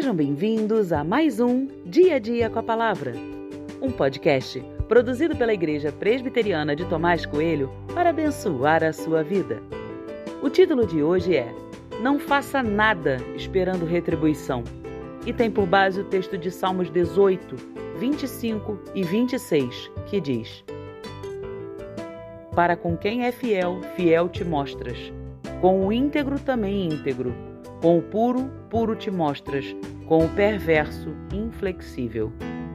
Sejam bem-vindos a mais um Dia a Dia com a Palavra, um podcast produzido pela Igreja Presbiteriana de Tomás Coelho para abençoar a sua vida. O título de hoje é Não faça nada esperando retribuição e tem por base o texto de Salmos 18, 25 e 26, que diz: Para com quem é fiel, fiel te mostras, com o íntegro também íntegro, com o puro, puro te mostras, com o perverso, inflexível.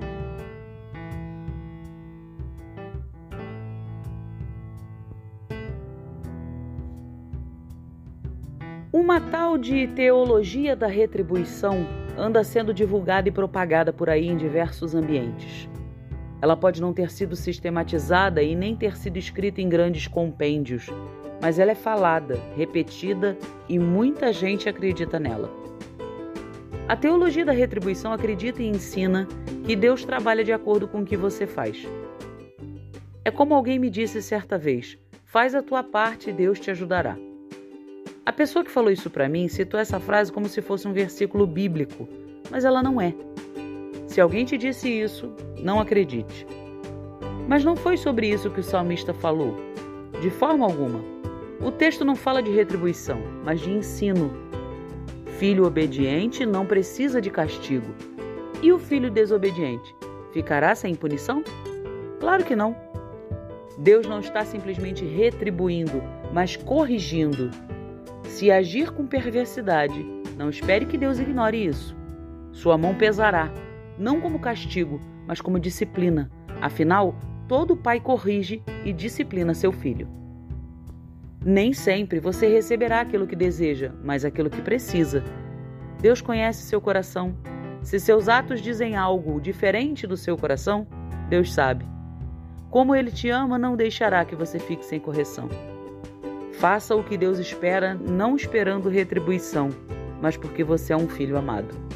Uma tal de teologia da retribuição anda sendo divulgada e propagada por aí em diversos ambientes. Ela pode não ter sido sistematizada e nem ter sido escrita em grandes compêndios, mas ela é falada, repetida e muita gente acredita nela. A teologia da retribuição acredita e ensina que Deus trabalha de acordo com o que você faz. É como alguém me disse certa vez: faz a tua parte e Deus te ajudará. A pessoa que falou isso para mim citou essa frase como se fosse um versículo bíblico, mas ela não é. Se alguém te disse isso, não acredite. Mas não foi sobre isso que o salmista falou, de forma alguma. O texto não fala de retribuição, mas de ensino. Filho obediente não precisa de castigo. E o filho desobediente ficará sem punição? Claro que não. Deus não está simplesmente retribuindo, mas corrigindo. Se agir com perversidade, não espere que Deus ignore isso. Sua mão pesará, não como castigo, mas como disciplina. Afinal, todo pai corrige e disciplina seu filho. Nem sempre você receberá aquilo que deseja, mas aquilo que precisa. Deus conhece seu coração. Se seus atos dizem algo diferente do seu coração, Deus sabe. Como Ele te ama, não deixará que você fique sem correção. Faça o que Deus espera, não esperando retribuição, mas porque você é um filho amado.